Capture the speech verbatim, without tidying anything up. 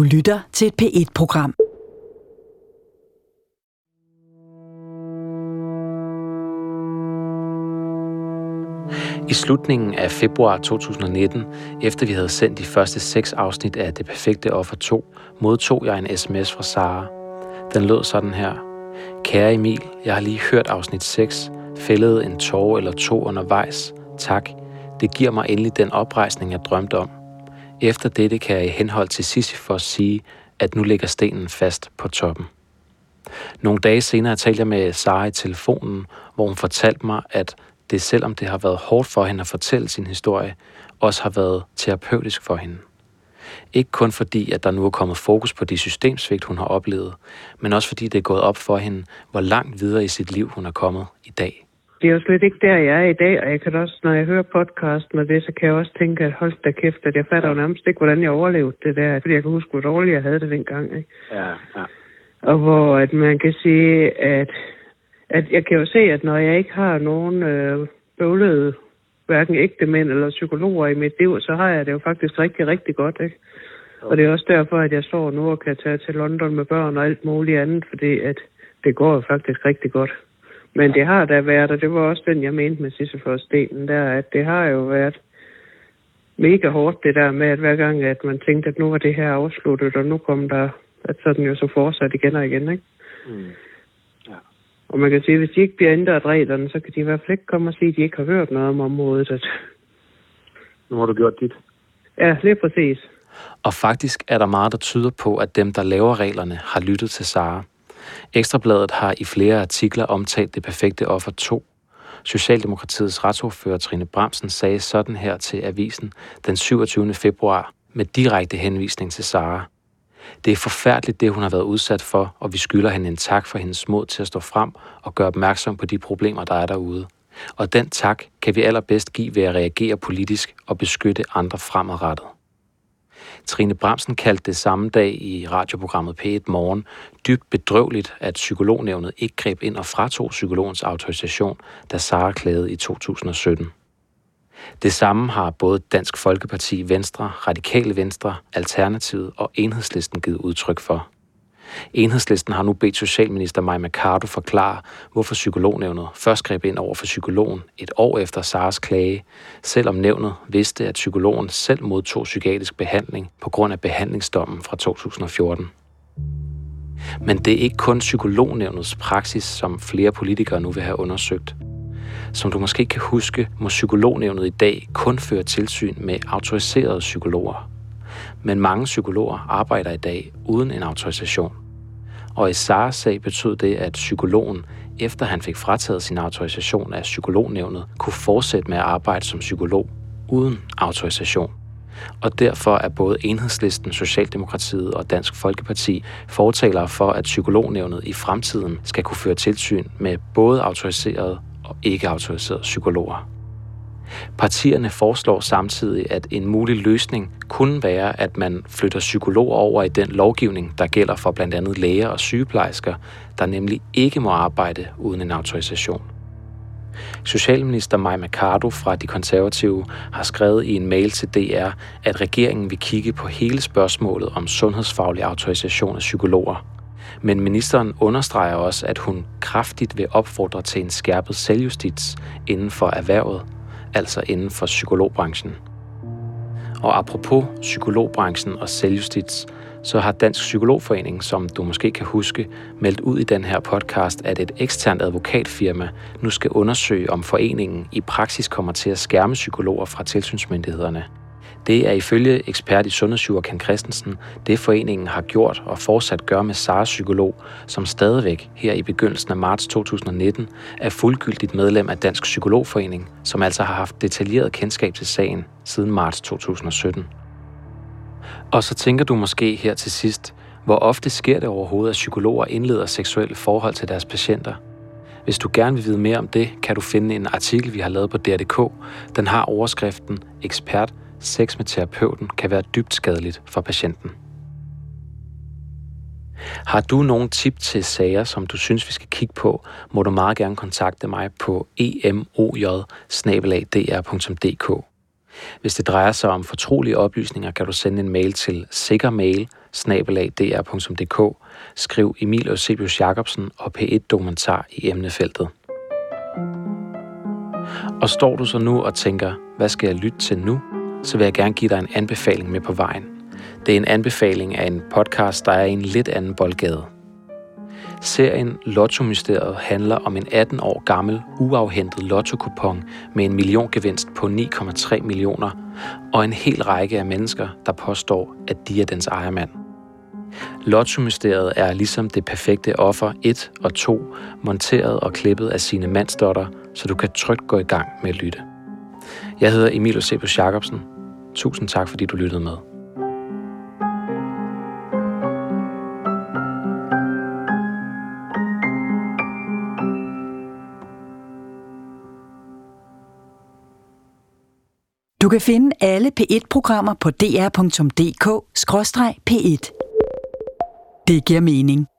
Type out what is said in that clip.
Du lytter til et P et-program. I slutningen af februar to tusind nitten, efter vi havde sendt de første seks afsnit af Det Perfekte Offer to, modtog jeg en sms fra Sara. Den lød sådan her. Kære Emil, jeg har lige hørt afsnit seks, fældede en tåre eller to undervejs. Tak. Det giver mig endelig den oprejsning, jeg drømte om. Efter dette kan jeg i henhold til Sisyfos sige, at nu ligger stenen fast på toppen. Nogle dage senere talte jeg med Sara i telefonen, hvor hun fortalte mig, at det, selvom det har været hårdt for hende at fortælle sin historie, også har været terapeutisk for hende. Ikke kun fordi, at der nu er kommet fokus på de systemsvigt, hun har oplevet, men også fordi det er gået op for hende, hvor langt videre i sit liv hun er kommet i dag. Det er jo slet ikke der, jeg er i dag, og jeg kan også, når jeg hører podcasten og det, så kan jeg også tænke, at hold da kæft, at jeg fatter jo nærmest ikke, hvordan jeg overlevede det der, fordi jeg kan huske, hvor dårligt jeg havde det dengang. Ikke? Ja, ja. Og hvor at man kan sige, at, at jeg kan jo se, at når jeg ikke har nogen øh, bøvlede, hverken ægte mænd eller psykologer i mit liv, så har jeg det jo faktisk rigtig, rigtig godt. Ikke? Og det er også derfor, at jeg står nu og kan tage til London med børn og alt muligt andet, fordi at det går jo faktisk rigtig godt. Men det har da været, og det var også den, jeg mente med Sisyfos-delen der, at det har jo været mega hårdt det der med, at hver gang, at man tænkte, at nu var det her afsluttet, og nu kom der, at sådan jo så fortsat igen og igen, ikke? Mm. Ja. Og man kan sige, at hvis de ikke bliver ændret reglerne, så kan de i hvert fald ikke komme og sige, at de ikke har hørt noget om området. At... Nu har du gjort dit. Ja, lige præcis. Og faktisk er der meget, der tyder på, at dem, der laver reglerne, har lyttet til Sara. Ekstrabladet har i flere artikler omtalt Det Perfekte Offer to. Socialdemokratiets retsordfører Trine Bramsen sagde sådan her til avisen den syvogtyvende februar med direkte henvisning til Sara. Det er forfærdeligt, det hun har været udsat for, og vi skylder hende en tak for hendes mod til at stå frem og gøre opmærksom på de problemer, der er derude. Og den tak kan vi allerbedst give ved at reagere politisk og beskytte andre fremadrettet. Trine Bramsen kaldte det samme dag i radioprogrammet P et Morgen dybt bedrøveligt, at Psykolognævnet ikke greb ind og fratog psykologens autorisation, da Sara klagede i to tusind sytten. Det samme har både Dansk Folkeparti, Venstre, Radikale Venstre, Alternativet og Enhedslisten givet udtryk for. Enhedslisten har nu bedt socialminister Mai Mercado forklare, hvorfor Psykolognævnet først greb ind over for psykologen et år efter Saras klage, selvom nævnet vidste, at psykologen selv modtog psykiatrisk behandling på grund af behandlingsdommen fra to tusind fjorten. Men det er ikke kun Psykolognævnets praksis, som flere politikere nu vil have undersøgt. Som du måske kan huske, må Psykolognævnet i dag kun føre tilsyn med autoriserede psykologer. Men mange psykologer arbejder i dag uden en autorisation. Og i Saras sag betød det, at psykologen, efter han fik frataget sin autorisation af Psykolognævnet, kunne fortsætte med at arbejde som psykolog uden autorisation. Og derfor er både Enhedslisten, Socialdemokratiet og Dansk Folkeparti fortalere for, at Psykolognævnet i fremtiden skal kunne føre tilsyn med både autoriserede og ikke autoriserede psykologer. Partierne foreslår samtidig, at en mulig løsning kunne være, at man flytter psykologer over i den lovgivning, der gælder for blandt andet læger og sygeplejersker, der nemlig ikke må arbejde uden en autorisation. Socialminister Mai Mercado fra De Konservative har skrevet i en mail til D R, at regeringen vil kigge på hele spørgsmålet om sundhedsfaglig autorisation af psykologer. Men ministeren understreger også, at hun kraftigt vil opfordre til en skærpet selvjustits inden for erhvervet, altså inden for psykologbranchen. Og apropos psykologbranchen og selvjustits, så har Dansk Psykologforening, som du måske kan huske, meldt ud i den her podcast, at et eksternt advokatfirma nu skal undersøge, om foreningen i praksis kommer til at skærme psykologer fra tilsynsmyndighederne. Det er ifølge ekspert i sundhedsjura Ken Christensen, det foreningen har gjort og fortsat gør med Saras psykolog, som stadigvæk her i begyndelsen af marts to tusind nitten er fuldgyldigt medlem af Dansk Psykologforening, som altså har haft detaljeret kendskab til sagen siden marts to tusind sytten. Og så tænker du måske her til sidst, hvor ofte sker det overhovedet, at psykologer indleder seksuelle forhold til deres patienter? Hvis du gerne vil vide mere om det, kan du finde en artikel, vi har lavet på D R punktum d k. Den har overskriften Ekspert. Sex med terapeuten kan være dybt skadeligt for patienten. Har du nogle tip til sager, som du synes, vi skal kigge på, må du meget gerne kontakte mig på emoj snabel-a d r punktum d k. Hvis det drejer sig om fortrolige oplysninger, kan du sende en mail til sikkermail snabel-a d r punktum d k, skriv Emil Eusebius Jacobsen og P et Dokumentar i emnefeltet. Og står du så nu og tænker, hvad skal jeg lytte til nu, så vil jeg gerne give dig en anbefaling med på vejen. Det er en anbefaling af en podcast, der er i en lidt anden boldgade. Serien Lotto-mysteriet handler om en atten år gammel, uafhentet lotto-kupon med en milliongevinst på ni komma tre millioner og en hel række af mennesker, der påstår, at de er dens ejermand. Lotto-mysteriet er ligesom Det perfekte offer et og to, monteret og klippet af Signe Mandsdotter, så du kan trygt gå i gang med at lytte. Jeg hedder Emil Eusebius Jacobsen. Tusind tak, fordi du lyttede med. Du kan finde alle P et-programmer på d r punktum d k skråstreg p et. Det giver mening.